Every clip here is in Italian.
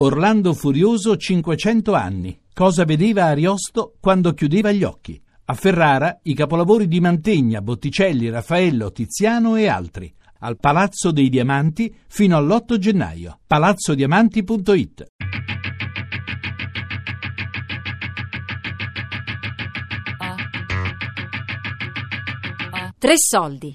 Orlando Furioso 500 anni. Cosa vedeva Ariosto quando chiudeva gli occhi? A Ferrara i capolavori di Mantegna, Botticelli, Raffaello, Tiziano e altri. Al Palazzo dei Diamanti fino all'8 gennaio. palazzodiamanti.it. Tre soldi.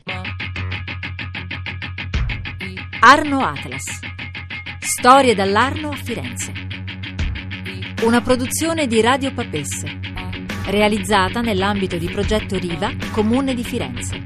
Arno Atlas. Storie dall'Arno a Firenze. Una produzione di Radio Papesse, realizzata nell'ambito di Progetto Riva, Comune di Firenze.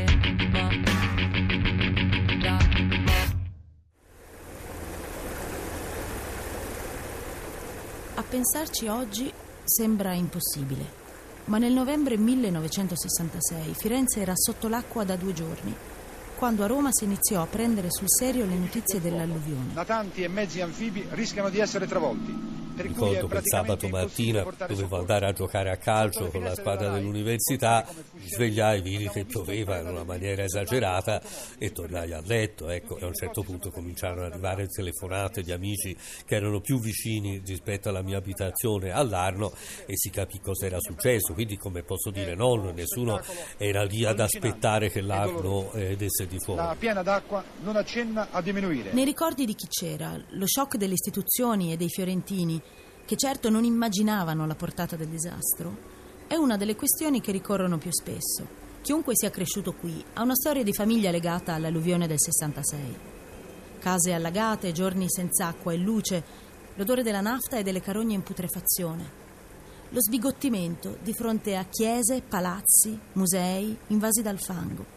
A pensarci oggi sembra impossibile, ma nel novembre 1966 Firenze era sotto l'acqua da 2 giorni, quando a Roma si iniziò a prendere sul serio le notizie dell'alluvione. Natanti e mezzi anfibi rischiano di essere travolti. Ricordo che il sabato mattina dovevo andare a giocare a calcio con la squadra dell'università, mi svegliai, vidi che pioveva in una maniera esagerata e tornai a letto. Ecco, e a un certo punto cominciarono ad arrivare telefonate di amici che erano più vicini rispetto alla mia abitazione all'Arno e si capì cosa era successo. Quindi, come posso dire, nessuno era lì ad aspettare che l'Arno desse di fuoco. La piena d'acqua non accenna a diminuire. Nei ricordi di chi c'era, lo shock delle istituzioni e dei fiorentini, che certo non immaginavano la portata del disastro, è una delle questioni che ricorrono più spesso. Chiunque sia cresciuto qui ha una storia di famiglia legata all'alluvione del 66. Case allagate, giorni senza acqua e luce, l'odore della nafta e delle carogne in putrefazione, lo sbigottimento di fronte a chiese, palazzi, musei invasi dal fango.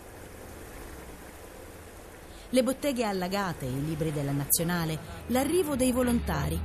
Le botteghe allagate, i libri della Nazionale, l'arrivo dei volontari.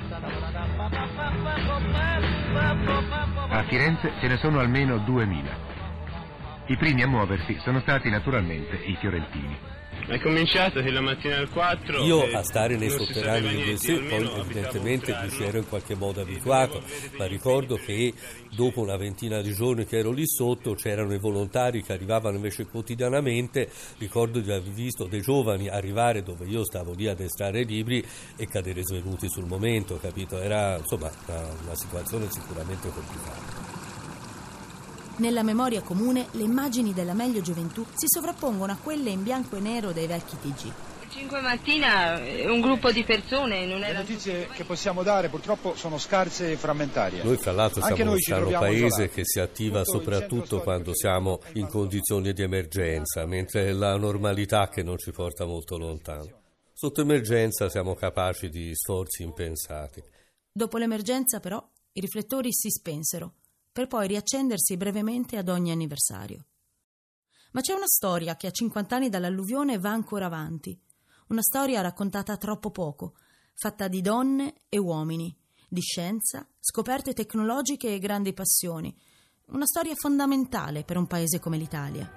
A Firenze ce ne sono almeno 2000. I primi a muoversi sono stati naturalmente i fiorentini. È cominciato che la mattina al 4 io a stare nei sotterranei del Dessè, poi evidentemente mi ci ero in qualche modo abituato, ma ricordo che dopo una ventina di giorni che ero lì sotto c'erano i volontari che arrivavano invece quotidianamente. Ricordo di aver visto dei giovani arrivare dove io stavo lì ad estrarre libri e cadere svenuti sul momento, capito? Era insomma una situazione sicuramente complicata. Nella memoria comune le immagini della meglio gioventù si sovrappongono a quelle in bianco e nero dei vecchi TG. 5 mattina un gruppo di persone non Le era... notizie che possiamo dare purtroppo sono scarse e frammentarie. Noi fra l'altro siamo uno strano paese isolati. che si attiva soprattutto quando siamo in condizioni di emergenza, mentre è la normalità che non ci porta molto lontano. Sotto emergenza siamo capaci di sforzi impensati. Dopo l'emergenza però i riflettori si spensero, per poi riaccendersi brevemente ad ogni anniversario. Ma c'è una storia che a 50 anni dall'alluvione va ancora avanti, una storia raccontata troppo poco, fatta di donne e uomini, di scienza, scoperte tecnologiche e grandi passioni, una storia fondamentale per un paese come l'Italia.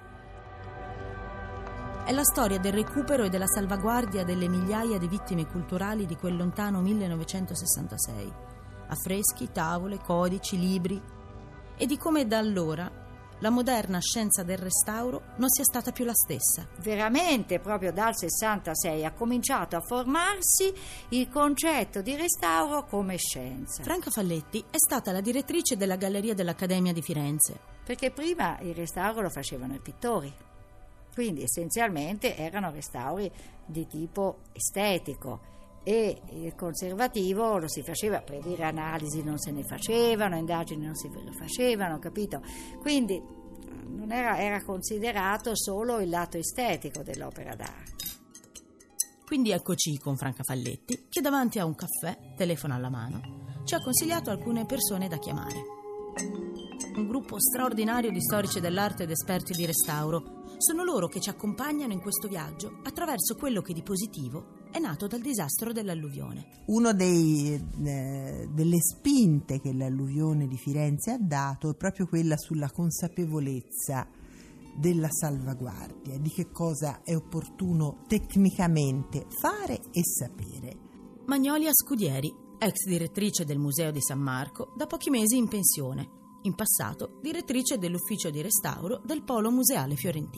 È la storia del recupero e della salvaguardia delle migliaia di vittime culturali di quel lontano 1966, affreschi, tavole, codici, libri, e di come da allora la moderna scienza del restauro non sia stata più la stessa. Veramente proprio dal 66 ha cominciato a formarsi il concetto di restauro come scienza. Franca Falletti è stata la direttrice della Galleria dell'Accademia di Firenze. Perché prima il restauro lo facevano i pittori, quindi essenzialmente erano restauri di tipo estetico. E il conservativo lo si faceva, per dire analisi non se ne facevano, indagini non si facevano, capito? Quindi non era considerato solo il lato estetico dell'opera d'arte. Quindi eccoci con Franca Falletti che davanti a un caffè, telefono alla mano, ci ha consigliato alcune persone da chiamare. Un gruppo straordinario di storici dell'arte ed esperti di restauro. Sono loro che ci accompagnano in questo viaggio attraverso quello che di positivo è nato dal disastro dell'alluvione. Uno delle spinte che l'alluvione di Firenze ha dato è proprio quella sulla consapevolezza della salvaguardia, di che cosa è opportuno tecnicamente fare e sapere. Magnolia Scudieri, ex direttrice del Museo di San Marco, da pochi mesi in pensione. In passato direttrice dell'ufficio di restauro del Polo Museale Fiorentino.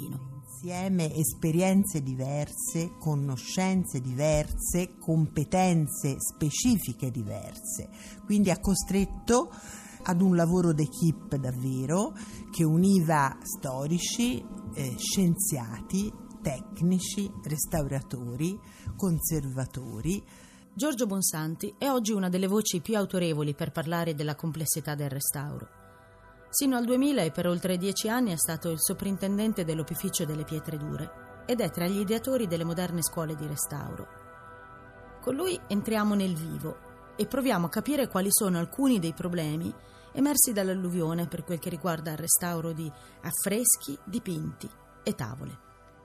insieme esperienze diverse, conoscenze diverse, competenze specifiche diverse. Quindi ha costretto ad un lavoro d'equipe davvero che univa storici, scienziati, tecnici, restauratori, conservatori. Giorgio Bonsanti è oggi una delle voci più autorevoli per parlare della complessità del restauro. Sino al 2000 e per oltre 10 anni è stato il soprintendente dell'Opificio delle Pietre Dure ed è tra gli ideatori delle moderne scuole di restauro. Con lui entriamo nel vivo e proviamo a capire quali sono alcuni dei problemi emersi dall'alluvione per quel che riguarda il restauro di affreschi, dipinti e tavole.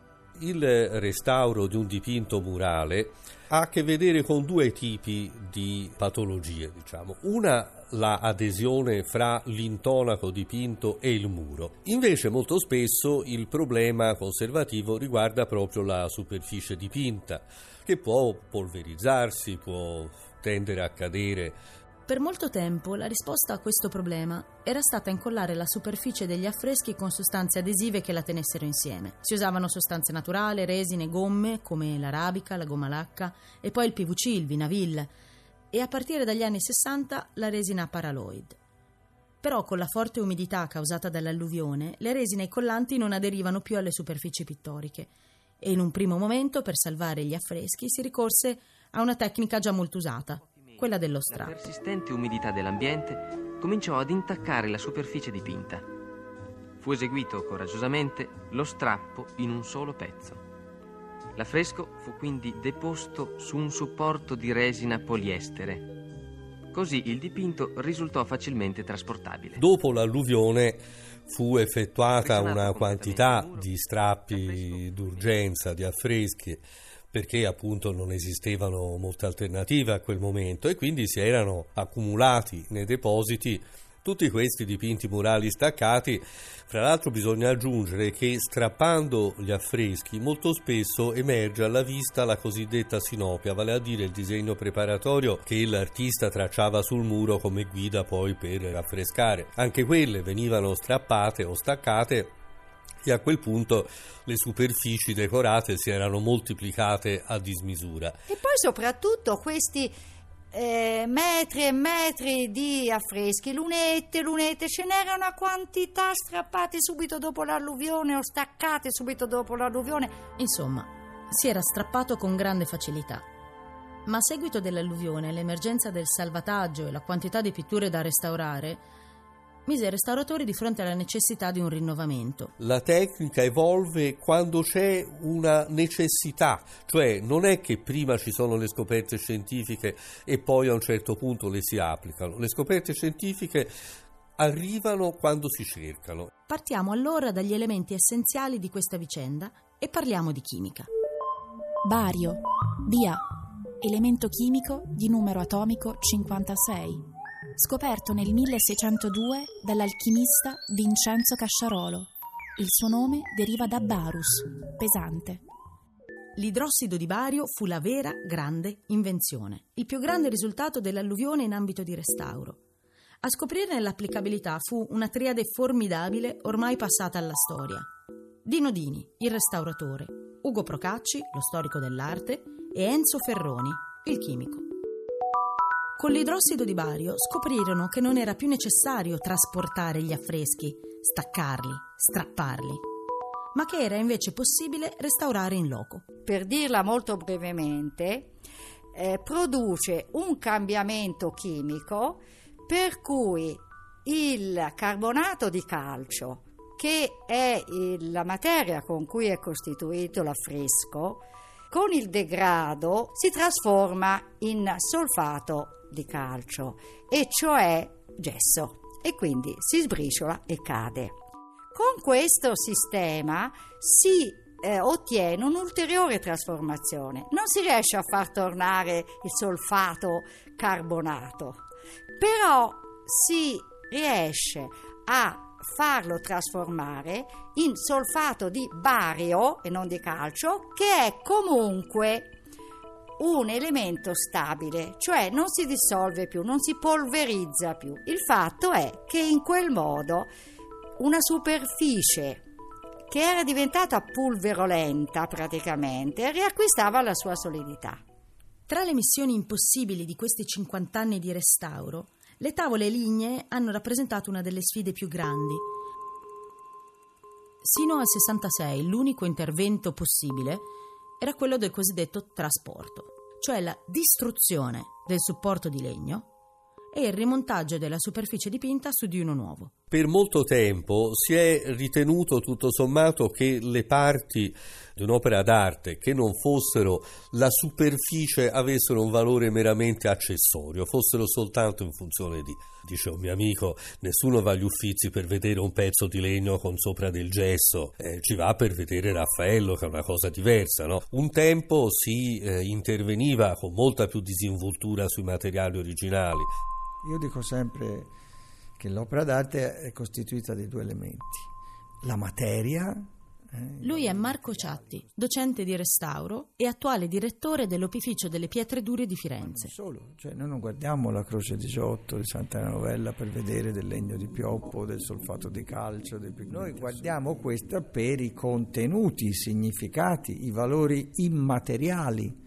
Il restauro di un dipinto murale ha a che vedere con due tipi di patologie, diciamo. Una, la adesione fra l'intonaco dipinto e il muro. Invece molto spesso il problema conservativo riguarda proprio la superficie dipinta, che può polverizzarsi, può tendere a cadere. Per molto tempo la risposta a questo problema era stata incollare la superficie degli affreschi con sostanze adesive che la tenessero insieme. Si usavano sostanze naturali, resine, gomme come l'arabica, la gomma lacca e poi il PVC, il vinavil e a partire dagli anni 60 la resina Paraloid. Però con la forte umidità causata dall'alluvione le resine collanti non aderivano più alle superfici pittoriche e in un primo momento per salvare gli affreschi si ricorse a una tecnica già molto usata, quella dello strappo. La persistente umidità dell'ambiente cominciò ad intaccare la superficie dipinta. Fu eseguito coraggiosamente lo strappo in un solo pezzo. L'affresco fu quindi deposto su un supporto di resina poliestere. Così il dipinto risultò facilmente trasportabile. Dopo l'alluvione fu effettuata una quantità di strappi d'urgenza, di affreschi, perché appunto non esistevano molte alternative a quel momento e quindi si erano accumulati nei depositi tutti questi dipinti murali staccati. Fra l'altro bisogna aggiungere che strappando gli affreschi molto spesso emerge alla vista la cosiddetta sinopia, vale a dire il disegno preparatorio che l'artista tracciava sul muro come guida poi per affrescare. Anche quelle venivano strappate o staccate e a quel punto le superfici decorate si erano moltiplicate a dismisura. E poi soprattutto questi metri e metri di affreschi, lunette, ce n'era una quantità strappate subito dopo l'alluvione o staccate subito dopo l'alluvione. Insomma, si era strappato con grande facilità. Ma a seguito dell'alluvione, l'emergenza del salvataggio e la quantità di pitture da restaurare mise i restauratori di fronte alla necessità di un rinnovamento. La tecnica evolve quando c'è una necessità, cioè non è che prima ci sono le scoperte scientifiche e poi a un certo punto le si applicano. Le scoperte scientifiche arrivano quando si cercano. Partiamo allora dagli elementi essenziali di questa vicenda e parliamo di chimica. Bario, Ba, elemento chimico di numero atomico 56. Scoperto nel 1602 dall'alchimista Vincenzo Casciarolo. Il suo nome deriva da barus, pesante. L'idrossido di bario fu la vera grande invenzione, il più grande risultato dell'alluvione in ambito di restauro. A scoprirne l'applicabilità fu una triade formidabile ormai passata alla storia. Dino Dini, il restauratore, Ugo Procacci, lo storico dell'arte, e Enzo Ferroni, il chimico. Con l'idrossido di bario scoprirono che non era più necessario trasportare gli affreschi, staccarli, strapparli, ma che era invece possibile restaurare in loco. Per dirla molto brevemente, produce un cambiamento chimico per cui il carbonato di calcio, che è la materia con cui è costituito l'affresco, con il degrado si trasforma in solfato di calcio, e cioè gesso, e quindi si sbriciola e cade. Con questo sistema si ottiene un'ulteriore trasformazione. Non si riesce a far tornare il solfato carbonato, però si riesce a farlo trasformare in solfato di bario e non di calcio, che è comunque un elemento stabile, cioè non si dissolve più, non si polverizza più. Il fatto è che in quel modo una superficie che era diventata pulverolenta praticamente e riacquistava la sua solidità. Tra le missioni impossibili di questi 50 anni di restauro, le tavole lignee hanno rappresentato una delle sfide più grandi. Sino al 66 l'unico intervento possibile era quello del cosiddetto trasporto, cioè la distruzione del supporto di legno e il rimontaggio della superficie dipinta su di uno nuovo. Per molto tempo si è ritenuto tutto sommato che le parti di un'opera d'arte che non fossero la superficie avessero un valore meramente accessorio, fossero soltanto in funzione di, dice un mio amico, nessuno va agli Uffizi per vedere un pezzo di legno con sopra del gesso, ci va per vedere Raffaello, che è una cosa diversa, no? Un tempo si interveniva con molta più disinvoltura sui materiali originali. Io dico sempre che l'opera d'arte è costituita di due elementi: la materia. Lui è Marco Ciatti, docente di restauro e attuale direttore dell'Opificio delle Pietre Dure di Firenze. Solo, cioè noi non guardiamo la Croce di Giotto di Santa Novella per vedere del legno di pioppo, del solfato di calcio, noi guardiamo questa per i contenuti, i significati, i valori immateriali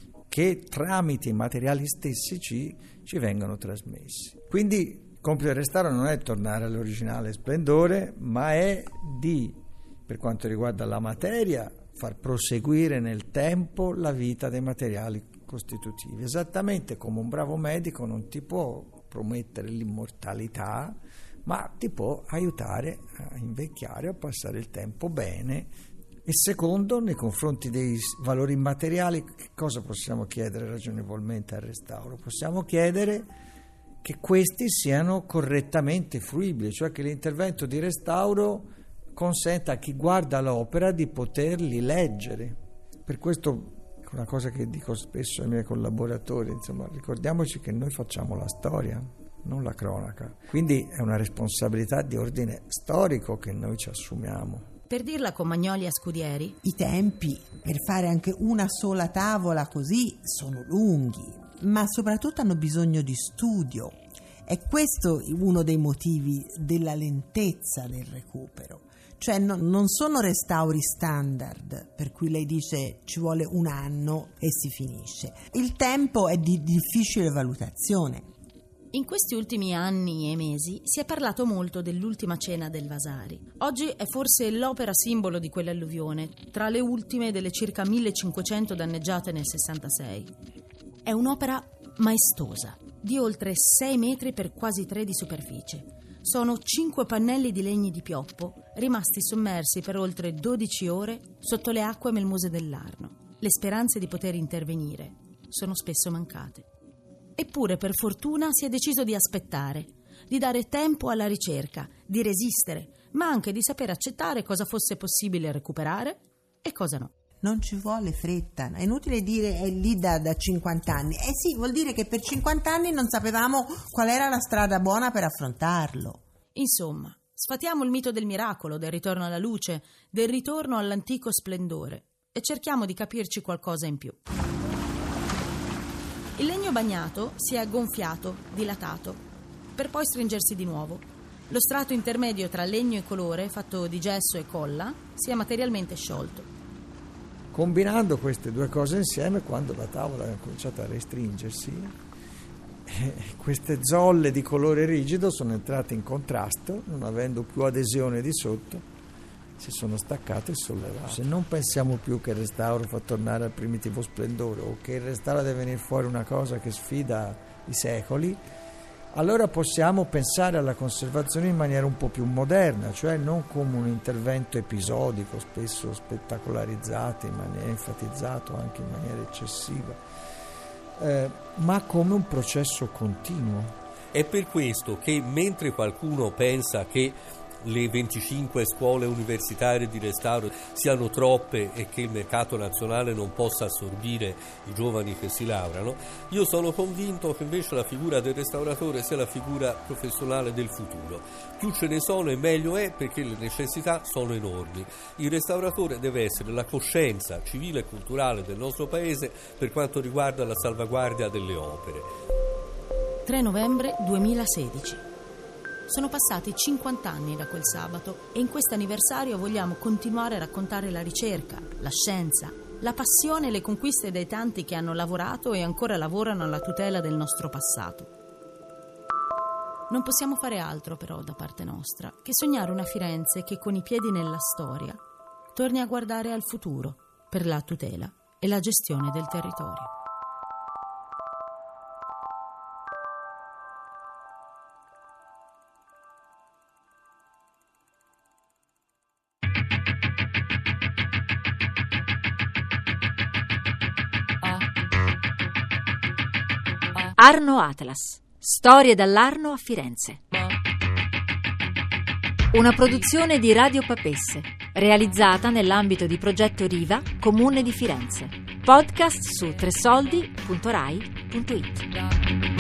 che tramite i materiali stessi ci vengono trasmessi. Quindi il compito del restauro non è tornare all'originale splendore, ma è di, per quanto riguarda la materia, far proseguire nel tempo la vita dei materiali costitutivi. Esattamente come un bravo medico non ti può promettere l'immortalità, ma ti può aiutare a invecchiare, a passare il tempo bene. E secondo, nei confronti dei valori immateriali, che cosa possiamo chiedere ragionevolmente al restauro? Possiamo chiedere che questi siano correttamente fruibili, cioè che l'intervento di restauro consenta a chi guarda l'opera di poterli leggere. Per questo, una cosa che dico spesso ai miei collaboratori, insomma, ricordiamoci che noi facciamo la storia, non la cronaca. Quindi è una responsabilità di ordine storico che noi ci assumiamo. Per dirla con Magnoli a Scudieri, i tempi per fare anche una sola tavola così sono lunghi, ma soprattutto hanno bisogno di studio. È questo uno dei motivi della lentezza del recupero. Cioè non sono restauri standard, per cui lei dice ci vuole un anno e si finisce. Il tempo è di difficile valutazione. In questi ultimi anni e mesi si è parlato molto dell'ultima cena del Vasari. Oggi è forse l'opera simbolo di quell'alluvione, tra le ultime delle circa 1500 danneggiate nel 66. È un'opera maestosa, di oltre 6 metri per quasi 3 di superficie. Sono 5 pannelli di legni di pioppo rimasti sommersi per oltre 12 ore sotto le acque melmose dell'Arno. Le speranze di poter intervenire sono spesso mancate. Eppure, per fortuna, si è deciso di aspettare, di dare tempo alla ricerca, di resistere, ma anche di saper accettare cosa fosse possibile recuperare e cosa no. Non ci vuole fretta, è inutile dire è lì da 50 anni. Sì, vuol dire che per 50 anni non sapevamo qual era la strada buona per affrontarlo. Insomma, sfatiamo il mito del miracolo, del ritorno alla luce, del ritorno all'antico splendore e cerchiamo di capirci qualcosa in più. Il legno bagnato si è gonfiato, dilatato, per poi stringersi di nuovo. Lo strato intermedio tra legno e colore, fatto di gesso e colla, si è materialmente sciolto. Combinando queste due cose insieme, quando la tavola ha cominciato a restringersi, queste zolle di colore rigido sono entrate in contrasto, non avendo più adesione di sotto, si sono staccate e sollevate. Se non pensiamo più che il restauro fa tornare al primitivo splendore o che il restauro deve venire fuori una cosa che sfida i secoli, allora possiamo pensare alla conservazione in maniera un po' più moderna, cioè non come un intervento episodico, spesso spettacolarizzato, enfatizzato anche in maniera eccessiva, ma come un processo continuo. È per questo che mentre qualcuno pensa che le 25 scuole universitarie di restauro siano troppe e che il mercato nazionale non possa assorbire i giovani che si laureano, io sono convinto che invece la figura del restauratore sia la figura professionale del futuro. Più ce ne sono e meglio è, perché le necessità sono enormi. Il restauratore deve essere la coscienza civile e culturale del nostro paese per quanto riguarda la salvaguardia delle opere. 3 novembre 2016. Sono passati 50 anni da quel sabato e in questo anniversario vogliamo continuare a raccontare la ricerca, la scienza, la passione e le conquiste dei tanti che hanno lavorato e ancora lavorano alla tutela del nostro passato. Non possiamo fare altro però da parte nostra che sognare una Firenze che con i piedi nella storia torni a guardare al futuro per la tutela e la gestione del territorio. Arno Atlas. Storie dall'Arno a Firenze. Una produzione di Radio Papesse, realizzata nell'ambito di progetto Riva, Comune di Firenze. Podcast su tresoldi.rai.it.